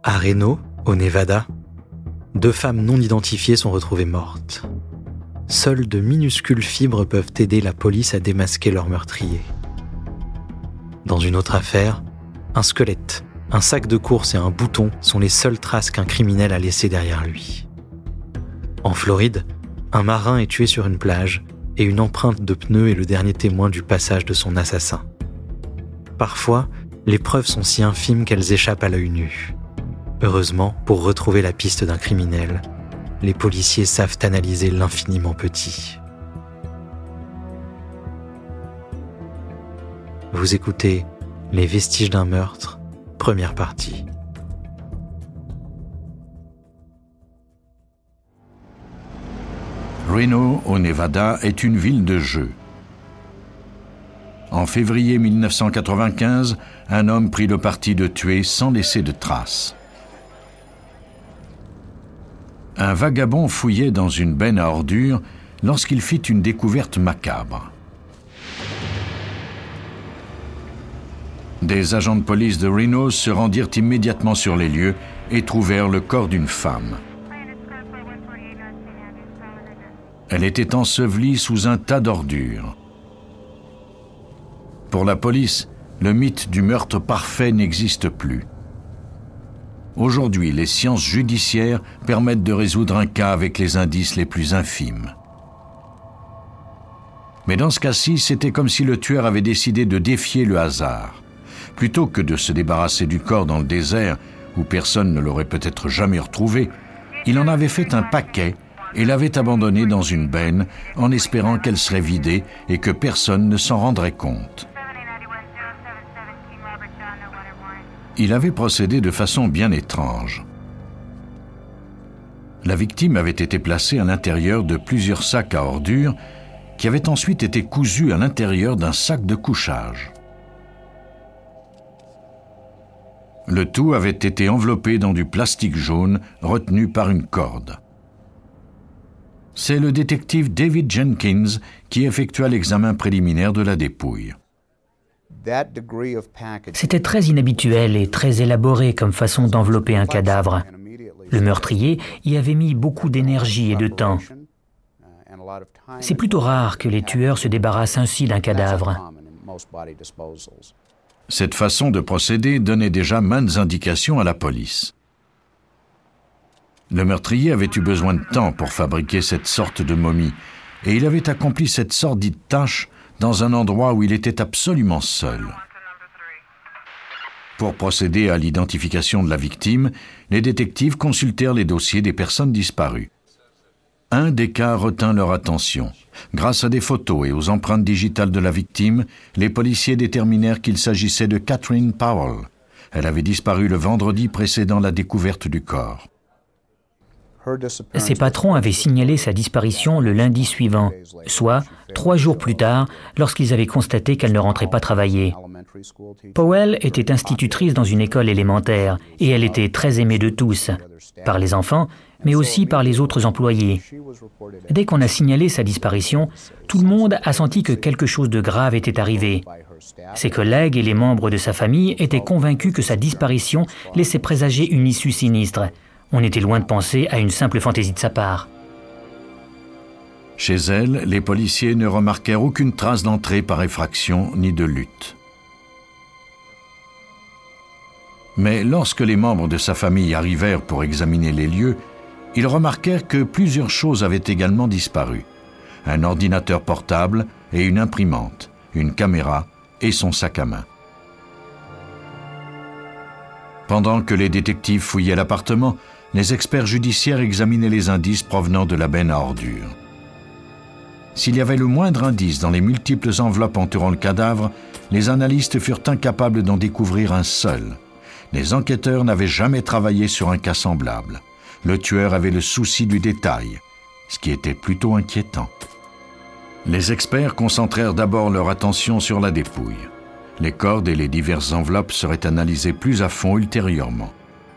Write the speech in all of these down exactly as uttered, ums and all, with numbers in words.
À Reno, au Nevada, deux femmes non identifiées sont retrouvées mortes. Seules de minuscules fibres peuvent aider la police à démasquer leur meurtrier. Dans une autre affaire, un squelette, un sac de course et un bouton sont les seules traces qu'un criminel a laissées derrière lui. En Floride, un marin est tué sur une plage et une empreinte de pneu est le dernier témoin du passage de son assassin. Parfois, les preuves sont si infimes qu'elles échappent à l'œil nu. Heureusement, pour retrouver la piste d'un criminel, les policiers savent analyser l'infiniment petit. Vous écoutez Les vestiges d'un meurtre, première partie. Reno, au Nevada, est une ville de jeu. En février mille neuf cent quatre-vingt-quinze, un homme prit le parti de tuer sans laisser de traces. Un vagabond fouillait dans une benne à ordures lorsqu'il fit une découverte macabre. Des agents de police de Reno se rendirent immédiatement sur les lieux et trouvèrent le corps d'une femme. Elle était ensevelie sous un tas d'ordures. Pour la police, le mythe du meurtre parfait n'existe plus. Aujourd'hui, les sciences judiciaires permettent de résoudre un cas avec les indices les plus infimes. Mais dans ce cas-ci, c'était comme si le tueur avait décidé de défier le hasard. Plutôt que de se débarrasser du corps dans le désert, où personne ne l'aurait peut-être jamais retrouvé, il en avait fait un paquet et l'avait abandonné dans une benne en espérant qu'elle serait vidée et que personne ne s'en rendrait compte. Il avait procédé de façon bien étrange. La victime avait été placée à l'intérieur de plusieurs sacs à ordures qui avaient ensuite été cousus à l'intérieur d'un sac de couchage. Le tout avait été enveloppé dans du plastique jaune retenu par une corde. C'est le détective David Jenkins qui effectua l'examen préliminaire de la dépouille. C'était très inhabituel et très élaboré comme façon d'envelopper un cadavre. Le meurtrier y avait mis beaucoup d'énergie et de temps. C'est plutôt rare que les tueurs se débarrassent ainsi d'un cadavre. Cette façon de procéder donnait déjà maintes indications à la police. Le meurtrier avait eu besoin de temps pour fabriquer cette sorte de momie, et il avait accompli cette sordide tâche dans un endroit où il était absolument seul. Pour procéder à l'identification de la victime, les détectives consultèrent les dossiers des personnes disparues. Un des cas retint leur attention. Grâce à des photos et aux empreintes digitales de la victime, les policiers déterminèrent qu'il s'agissait de Catherine Powell. Elle avait disparu le vendredi précédant la découverte du corps. Ses patrons avaient signalé sa disparition le lundi suivant, soit trois jours plus tard, lorsqu'ils avaient constaté qu'elle ne rentrait pas travailler. Powell était institutrice dans une école élémentaire et elle était très aimée de tous, par les enfants, mais aussi par les autres employés. Dès qu'on a signalé sa disparition, tout le monde a senti que quelque chose de grave était arrivé. Ses collègues et les membres de sa famille étaient convaincus que sa disparition laissait présager une issue sinistre. On était loin de penser à une simple fantaisie de sa part. Chez elle, les policiers ne remarquèrent aucune trace d'entrée par effraction ni de lutte. Mais lorsque les membres de sa famille arrivèrent pour examiner les lieux, ils remarquèrent que plusieurs choses avaient également disparu. Un ordinateur portable et une imprimante, une caméra et son sac à main. Pendant que les détectives fouillaient l'appartement, les experts judiciaires examinaient les indices provenant de la benne à ordures. S'il y avait le moindre indice dans les multiples enveloppes entourant le cadavre, les analystes furent incapables d'en découvrir un seul. Les enquêteurs n'avaient jamais travaillé sur un cas semblable. Le tueur avait le souci du détail, ce qui était plutôt inquiétant. Les experts concentrèrent d'abord leur attention sur la dépouille. Les cordes et les diverses enveloppes seraient analysées plus à fond ultérieurement.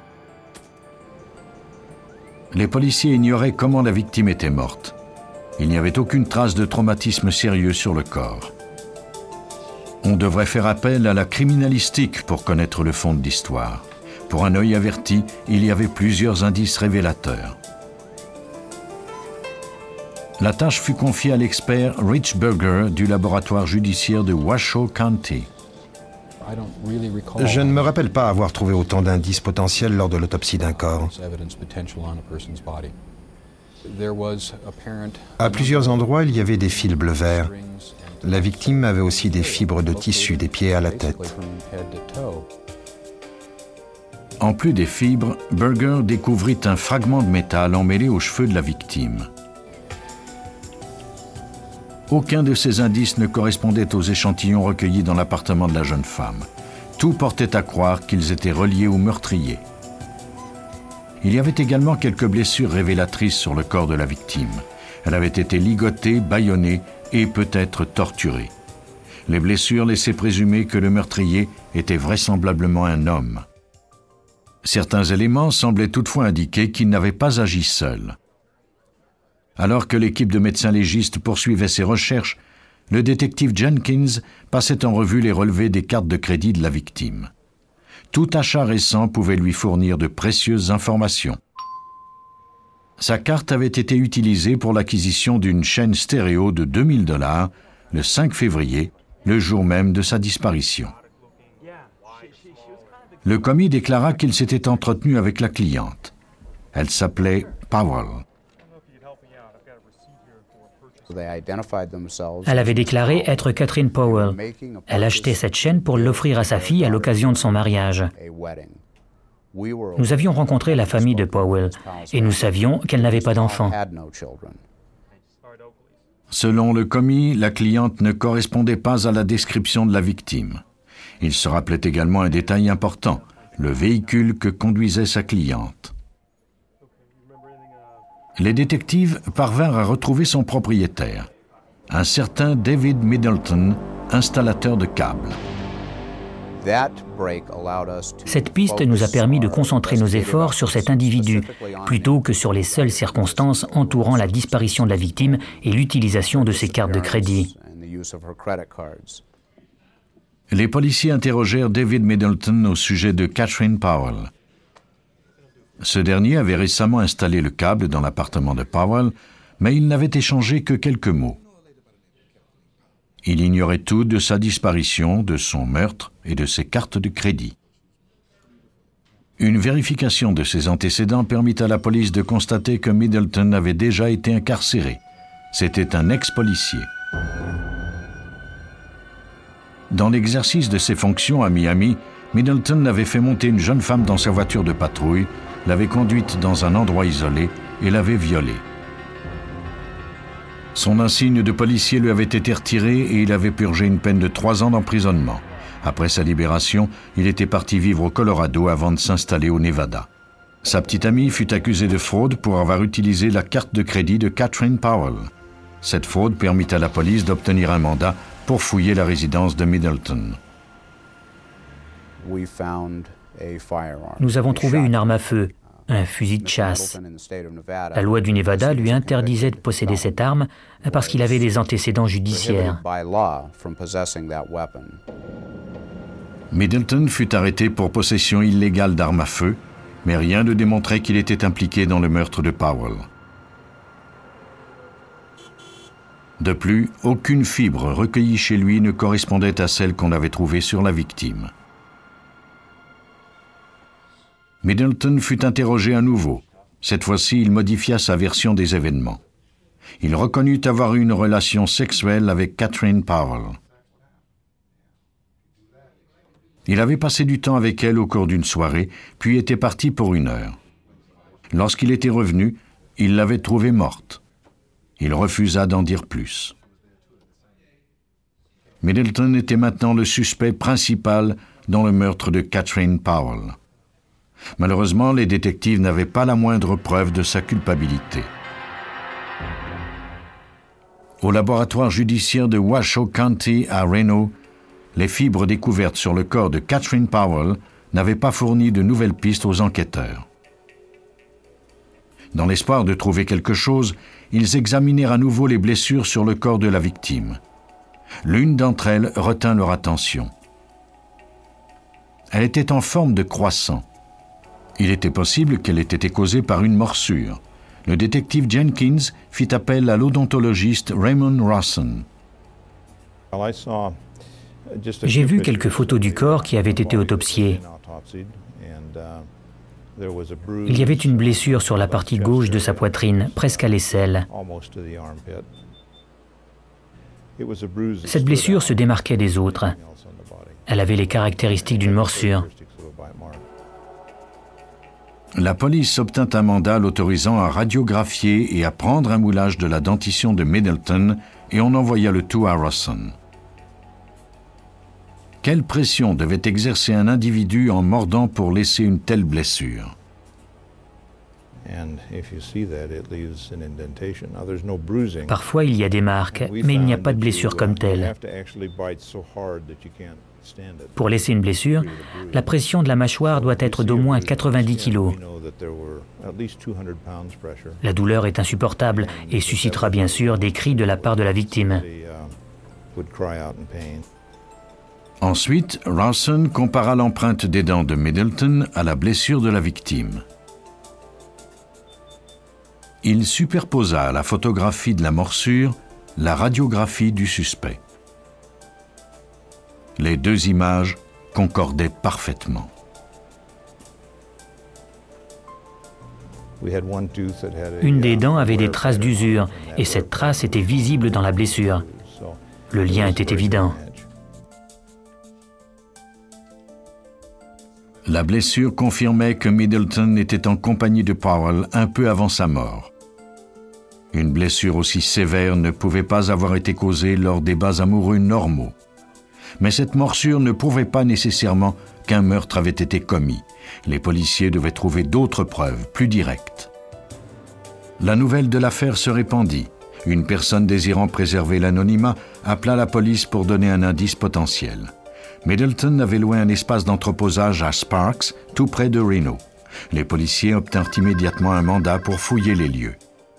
Les policiers ignoraient comment la victime était morte. Il n'y avait aucune trace de traumatisme sérieux sur le corps. On devrait faire appel à la criminalistique pour connaître le fond de l'histoire. Pour un œil averti, il y avait plusieurs indices révélateurs. La tâche fut confiée à l'expert Rich Berger du laboratoire judiciaire de Washoe County. Je ne me rappelle pas avoir trouvé autant d'indices potentiels lors de l'autopsie d'un corps. À plusieurs endroits, il y avait des fils bleu-vert. La victime avait aussi des fibres de tissu des pieds à la tête. En plus des fibres, Berger découvrit un fragment de métal emmêlé aux cheveux de la victime. Aucun de ces indices ne correspondait aux échantillons recueillis dans l'appartement de la jeune femme. Tout portait à croire qu'ils étaient reliés au meurtrier. Il y avait également quelques blessures révélatrices sur le corps de la victime. Elle avait été ligotée, bâillonnée et peut-être torturée. Les blessures laissaient présumer que le meurtrier était vraisemblablement un homme. Certains éléments semblaient toutefois indiquer qu'il n'avait pas agi seul. Alors que l'équipe de médecins légistes poursuivait ses recherches, le détective Jenkins passait en revue les relevés des cartes de crédit de la victime. Tout achat récent pouvait lui fournir de précieuses informations. Sa carte avait été utilisée pour l'acquisition d'une chaîne stéréo de deux mille dollars le cinq février, le jour même de sa disparition. Le commis déclara qu'il s'était entretenu avec la cliente. Elle s'appelait Powell. Elle avait déclaré être Catherine Powell. Elle achetait cette chaîne pour l'offrir à sa fille à l'occasion de son mariage. Nous avions rencontré la famille de Powell et nous savions qu'elle n'avait pas d'enfants. Selon le commis, la cliente ne correspondait pas à la description de la victime. Il se rappelait également un détail important, le véhicule que conduisait sa cliente. Les détectives parvinrent à retrouver son propriétaire, un certain David Middleton, installateur de câbles. Cette piste nous a permis de concentrer nos efforts sur cet individu, plutôt que sur les seules circonstances entourant la disparition de la victime et l'utilisation de ses cartes de crédit. Les policiers interrogèrent David Middleton au sujet de Catherine Powell. Ce dernier avait récemment installé le câble dans l'appartement de Powell, mais il n'avait échangé que quelques mots. Il ignorait tout de sa disparition, de son meurtre et de ses cartes de crédit. Une vérification de ses antécédents permit à la police de constater que Middleton avait déjà été incarcéré. C'était un ex-policier. Dans l'exercice de ses fonctions à Miami, Middleton avait fait monter une jeune femme dans sa voiture de patrouille, l'avait conduite dans un endroit isolé et l'avait violée. Son insigne de policier lui avait été retiré et il avait purgé une peine de trois ans d'emprisonnement. Après sa libération, il était parti vivre au Colorado avant de s'installer au Nevada. Sa petite amie fut accusée de fraude pour avoir utilisé la carte de crédit de Catherine Powell. Cette fraude permit à la police d'obtenir un mandat pour fouiller la résidence de Middleton. Nous avons trouvé une arme à feu, un fusil de chasse. La loi du Nevada lui interdisait de posséder cette arme parce qu'il avait des antécédents judiciaires. Middleton fut arrêté pour possession illégale d'armes à feu, mais rien ne démontrait qu'il était impliqué dans le meurtre de Powell. De plus, aucune fibre recueillie chez lui ne correspondait à celle qu'on avait trouvée sur la victime. Middleton fut interrogé à nouveau. Cette fois-ci, il modifia sa version des événements. Il reconnut avoir eu une relation sexuelle avec Catherine Powell. Il avait passé du temps avec elle au cours d'une soirée, puis était parti pour une heure. Lorsqu'il était revenu, il l'avait trouvée morte. Il refusa d'en dire plus. Middleton était maintenant le suspect principal dans le meurtre de Catherine Powell. Malheureusement, les détectives n'avaient pas la moindre preuve de sa culpabilité. Au laboratoire judiciaire de Washoe County à Reno, les fibres découvertes sur le corps de Catherine Powell n'avaient pas fourni de nouvelles pistes aux enquêteurs. Dans l'espoir de trouver quelque chose, ils examinèrent à nouveau les blessures sur le corps de la victime. L'une d'entre elles retint leur attention. Elle était en forme de croissant. Il était possible qu'elle ait été causée par une morsure. Le détective Jenkins fit appel à l'odontologiste Raymond Rawson. J'ai vu quelques photos du corps qui avait été autopsié. Il y avait une blessure sur la partie gauche de sa poitrine, presque à l'aisselle. Cette blessure se démarquait des autres. Elle avait les caractéristiques d'une morsure. La police obtint un mandat l'autorisant à radiographier et à prendre un moulage de la dentition de Middleton et on envoya le tout à Rawson. Quelle pression devait exercer un individu en mordant pour laisser une telle blessure? Parfois, il y a des marques, mais il n'y a pas de blessure comme telle. Pour laisser une blessure, la pression de la mâchoire doit être d'au moins quatre-vingt-dix kilos. La douleur est insupportable et suscitera bien sûr des cris de la part de la victime. Ensuite, Rawson compara l'empreinte des dents de Middleton à la blessure de la victime. Il superposa à la photographie de la morsure la radiographie du suspect. Les deux images concordaient parfaitement. Une des dents avait des traces d'usure et cette trace était visible dans la blessure. Le lien était évident. La blessure confirmait que Middleton était en compagnie de Powell un peu avant sa mort. Une blessure aussi sévère ne pouvait pas avoir été causée lors des bas amoureux normaux. Mais cette morsure ne prouvait pas nécessairement qu'un meurtre avait été commis. Les policiers devaient trouver d'autres preuves, plus directes. La nouvelle de l'affaire se répandit. Une personne désirant préserver l'anonymat appela la police pour donner un indice potentiel. Middleton avait loué un espace d'entreposage à Sparks, tout près de Reno. Les policiers obtinrent immédiatement un mandat pour fouiller les lieux.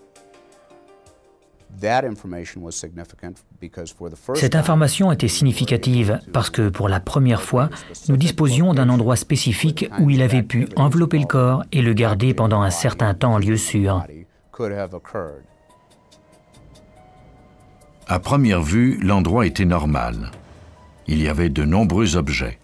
Cette information était significative parce que, pour la première fois, nous disposions d'un endroit spécifique où il avait pu envelopper le corps et le garder pendant un certain temps en lieu sûr. À première vue, l'endroit était normal. Il y avait de nombreux objets.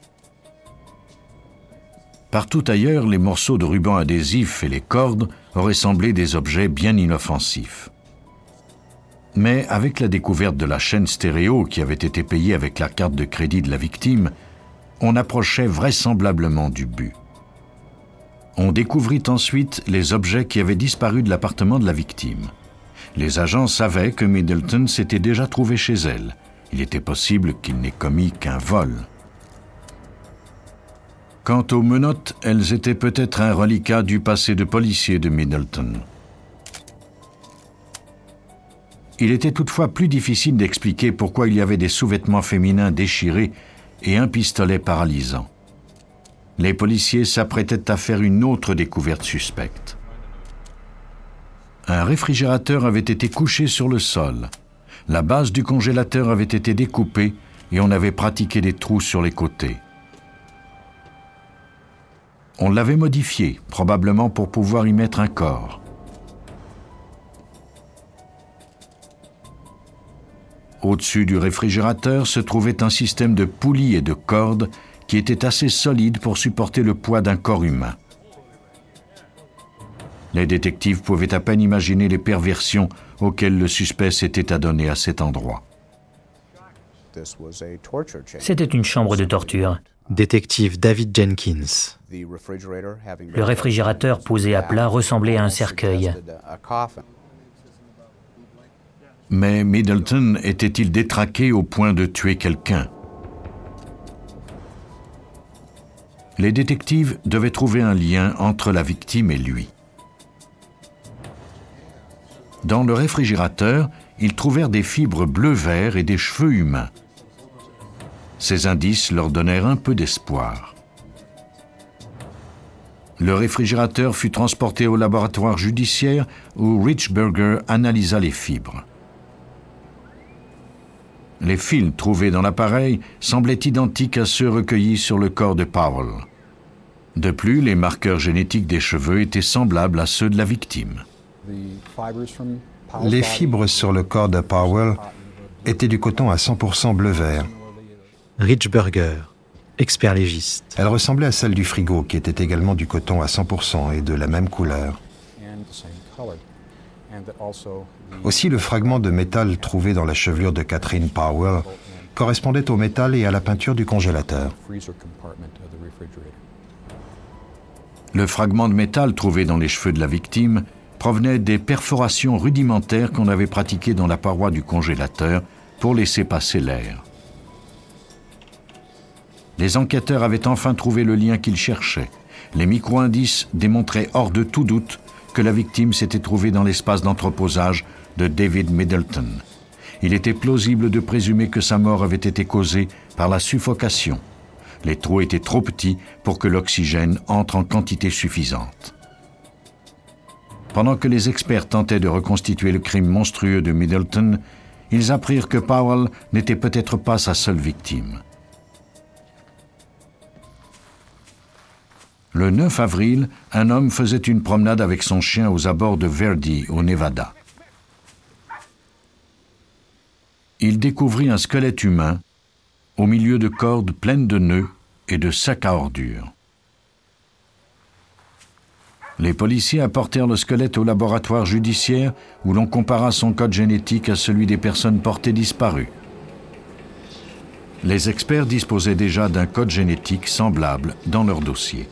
Partout ailleurs, les morceaux de ruban adhésif et les cordes auraient semblé des objets bien inoffensifs. Mais avec la découverte de la chaîne stéréo qui avait été payée avec la carte de crédit de la victime, on approchait vraisemblablement du but. On découvrit ensuite les objets qui avaient disparu de l'appartement de la victime. Les agents savaient que Middleton s'était déjà trouvé chez elle. Il était possible qu'il n'ait commis qu'un vol. Quant aux menottes, elles étaient peut-être un reliquat du passé de policier de Middleton. Il était toutefois plus difficile d'expliquer pourquoi il y avait des sous-vêtements féminins déchirés et un pistolet paralysant. Les policiers s'apprêtaient à faire une autre découverte suspecte. Un réfrigérateur avait été couché sur le sol. La base du congélateur avait été découpée et on avait pratiqué des trous sur les côtés. On l'avait modifié, probablement pour pouvoir y mettre un corps. Au-dessus du réfrigérateur se trouvait un système de poulies et de cordes qui était assez solide pour supporter le poids d'un corps humain. Les détectives pouvaient à peine imaginer les perversions auxquelles le suspect s'était adonné à cet endroit. C'était une chambre de torture. Détective David Jenkins. Le réfrigérateur posé à plat ressemblait à un cercueil. Mais Middleton était-il détraqué au point de tuer quelqu'un? Les détectives devaient trouver un lien entre la victime et lui. Dans le réfrigérateur, ils trouvèrent des fibres bleu-vert et des cheveux humains. Ces indices leur donnèrent un peu d'espoir. Le réfrigérateur fut transporté au laboratoire judiciaire où Richburger analysa les fibres. Les fils trouvés dans l'appareil semblaient identiques à ceux recueillis sur le corps de Powell. De plus, les marqueurs génétiques des cheveux étaient semblables à ceux de la victime. Les fibres sur le corps de Powell étaient du coton à cent pour cent bleu-vert. Rich Burger, expert légiste. Elles ressemblaient à celles du frigo, qui était également du coton à cent pour cent et de la même couleur. Aussi, le fragment de métal trouvé dans la chevelure de Catherine Powell correspondait au métal et à la peinture du congélateur. Le fragment de métal trouvé dans les cheveux de la victime provenait des perforations rudimentaires qu'on avait pratiquées dans la paroi du congélateur pour laisser passer l'air. Les enquêteurs avaient enfin trouvé le lien qu'ils cherchaient. Les micro-indices démontraient hors de tout doute que la victime s'était trouvée dans l'espace d'entreposage de David Middleton. Il était plausible de présumer que sa mort avait été causée par la suffocation. Les trous étaient trop petits pour que l'oxygène entre en quantité suffisante. Pendant que les experts tentaient de reconstituer le crime monstrueux de Middleton, ils apprirent que Powell n'était peut-être pas sa seule victime. Le neuf avril, un homme faisait une promenade avec son chien aux abords de Verdi, au Nevada. Il découvrit un squelette humain au milieu de cordes pleines de nœuds et de sacs à ordures. Les policiers apportèrent le squelette au laboratoire judiciaire où l'on compara son code génétique à celui des personnes portées disparues. Les experts disposaient déjà d'un code génétique semblable dans leur dossier.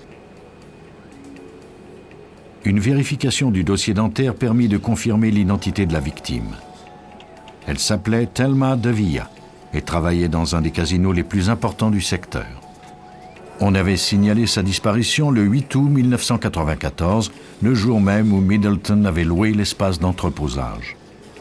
Une vérification du dossier dentaire permit de confirmer l'identité de la victime. Elle s'appelait Thelma DeVilla et travaillait dans un des casinos les plus importants du secteur. On avait signalé sa disparition le huit août mille neuf cent quatre-vingt-quatorze, le jour même où Middleton avait loué l'espace d'entreposage.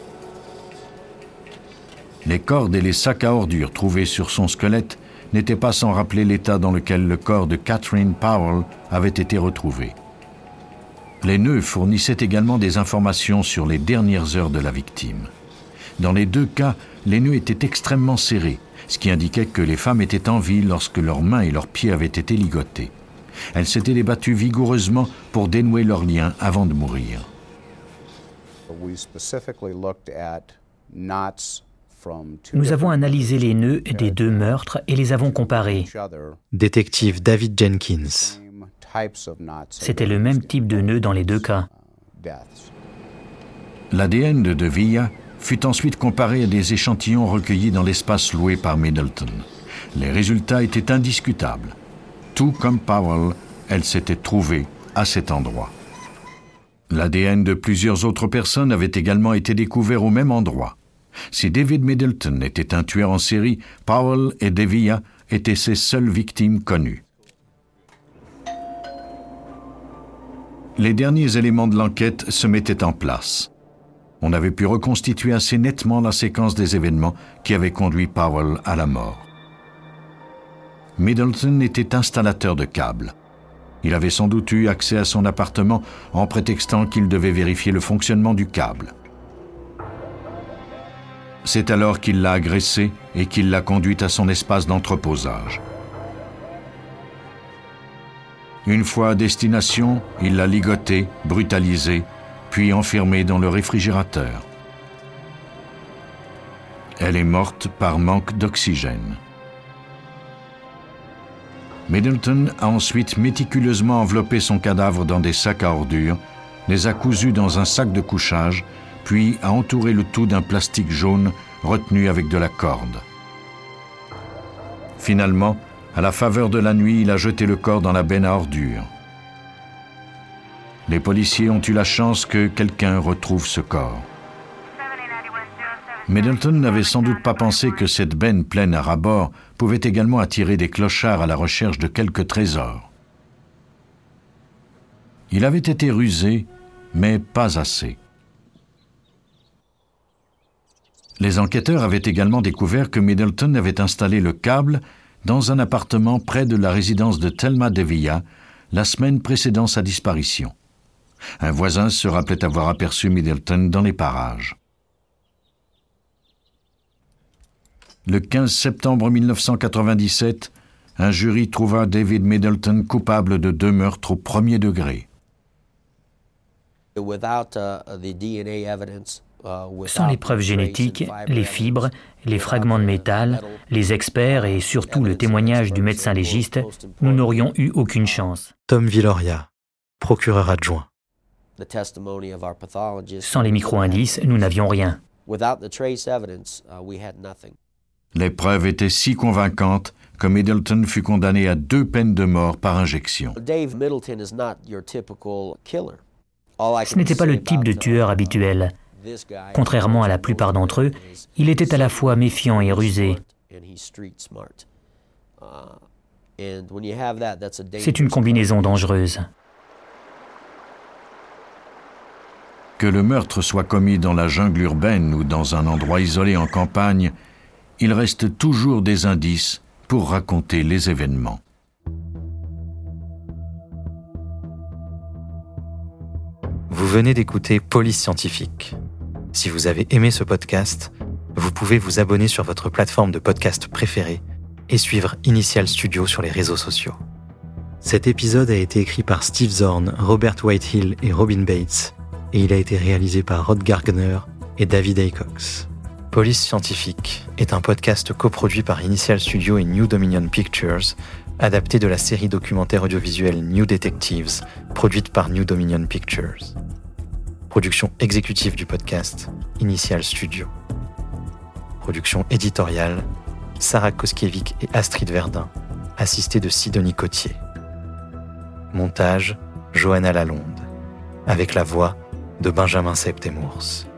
Les cordes et les sacs à ordures trouvés sur son squelette n'étaient pas sans rappeler l'état dans lequel le corps de Catherine Powell avait été retrouvé. Les nœuds fournissaient également des informations sur les dernières heures de la victime. Dans les deux cas, les nœuds étaient extrêmement serrés, ce qui indiquait que les femmes étaient en vie lorsque leurs mains et leurs pieds avaient été ligotés. Elles s'étaient débattues vigoureusement pour dénouer leurs liens avant de mourir. Nous avons analysé les nœuds des deux meurtres et les avons comparés. Détective David Jenkins. C'était le même type de nœud dans les deux cas. L'A D N de DeVilla fut ensuite comparé à des échantillons recueillis dans l'espace loué par Middleton. Les résultats étaient indiscutables. Tout comme Powell, elle s'était trouvée à cet endroit. L'A D N de plusieurs autres personnes avait également été découvert au même endroit. Si David Middleton était un tueur en série, Powell et DeVilla étaient ses seules victimes connues. Les derniers éléments de l'enquête se mettaient en place. On avait pu reconstituer assez nettement la séquence des événements qui avaient conduit Powell à la mort. Middleton était installateur de câbles. Il avait sans doute eu accès à son appartement en prétextant qu'il devait vérifier le fonctionnement du câble. C'est alors qu'il l'a agressée et qu'il l'a conduite à son espace d'entreposage. Une fois à destination, il l'a ligotée, brutalisée, puis enfermée dans le réfrigérateur. Elle est morte par manque d'oxygène. Middleton a ensuite méticuleusement enveloppé son cadavre dans des sacs à ordures, les a cousus dans un sac de couchage, puis a entouré le tout d'un plastique jaune retenu avec de la corde. Finalement, à la faveur de la nuit, il a jeté le corps dans la benne à ordures. Les policiers ont eu la chance que quelqu'un retrouve ce corps. Middleton n'avait sans doute pas pensé que cette benne pleine à ras-bord pouvait également attirer des clochards à la recherche de quelques trésors. Il avait été rusé, mais pas assez. Les enquêteurs avaient également découvert que Middleton avait installé le câble dans un appartement près de la résidence de Thelma DeVilla la semaine précédant sa disparition. Un voisin se rappelait avoir aperçu Middleton dans les parages. Le quinze septembre mille neuf cent quatre-vingt-dix-sept, un jury trouva David Middleton coupable de deux meurtres au premier degré. Sans les preuves génétiques, les fibres, les fragments de métal, les experts et surtout le témoignage du médecin légiste, nous n'aurions eu aucune chance. Tom Villoria, procureur adjoint. Sans les micro-indices, nous n'avions rien. Les preuves étaient si convaincantes que Middleton fut condamné à deux peines de mort par injection. Ce n'était pas le type de tueur habituel. Contrairement à la plupart d'entre eux, il était à la fois méfiant et rusé. C'est une combinaison dangereuse. Que le meurtre soit commis dans la jungle urbaine ou dans un endroit isolé en campagne, il reste toujours des indices pour raconter les événements. Vous venez d'écouter Police Scientifique. Si vous avez aimé ce podcast, vous pouvez vous abonner sur votre plateforme de podcast préférée et suivre Initial Studio sur les réseaux sociaux. Cet épisode a été écrit par Steve Zorn, Robert Whitehill et Robin Bates, et il a été réalisé par Rod Gardner et David Aycox. Police Scientifique est un podcast coproduit par Initial Studio et New Dominion Pictures, adapté de la série documentaire audiovisuelle New Detectives, produite par New Dominion Pictures. Production exécutive du podcast, Initial Studio. Production éditoriale, Sarah Koskiewicz et Astrid Verdun, assistée de Sidonie Cotier. Montage, Johanna Lalonde, avec la voix de Benjamin Septemours.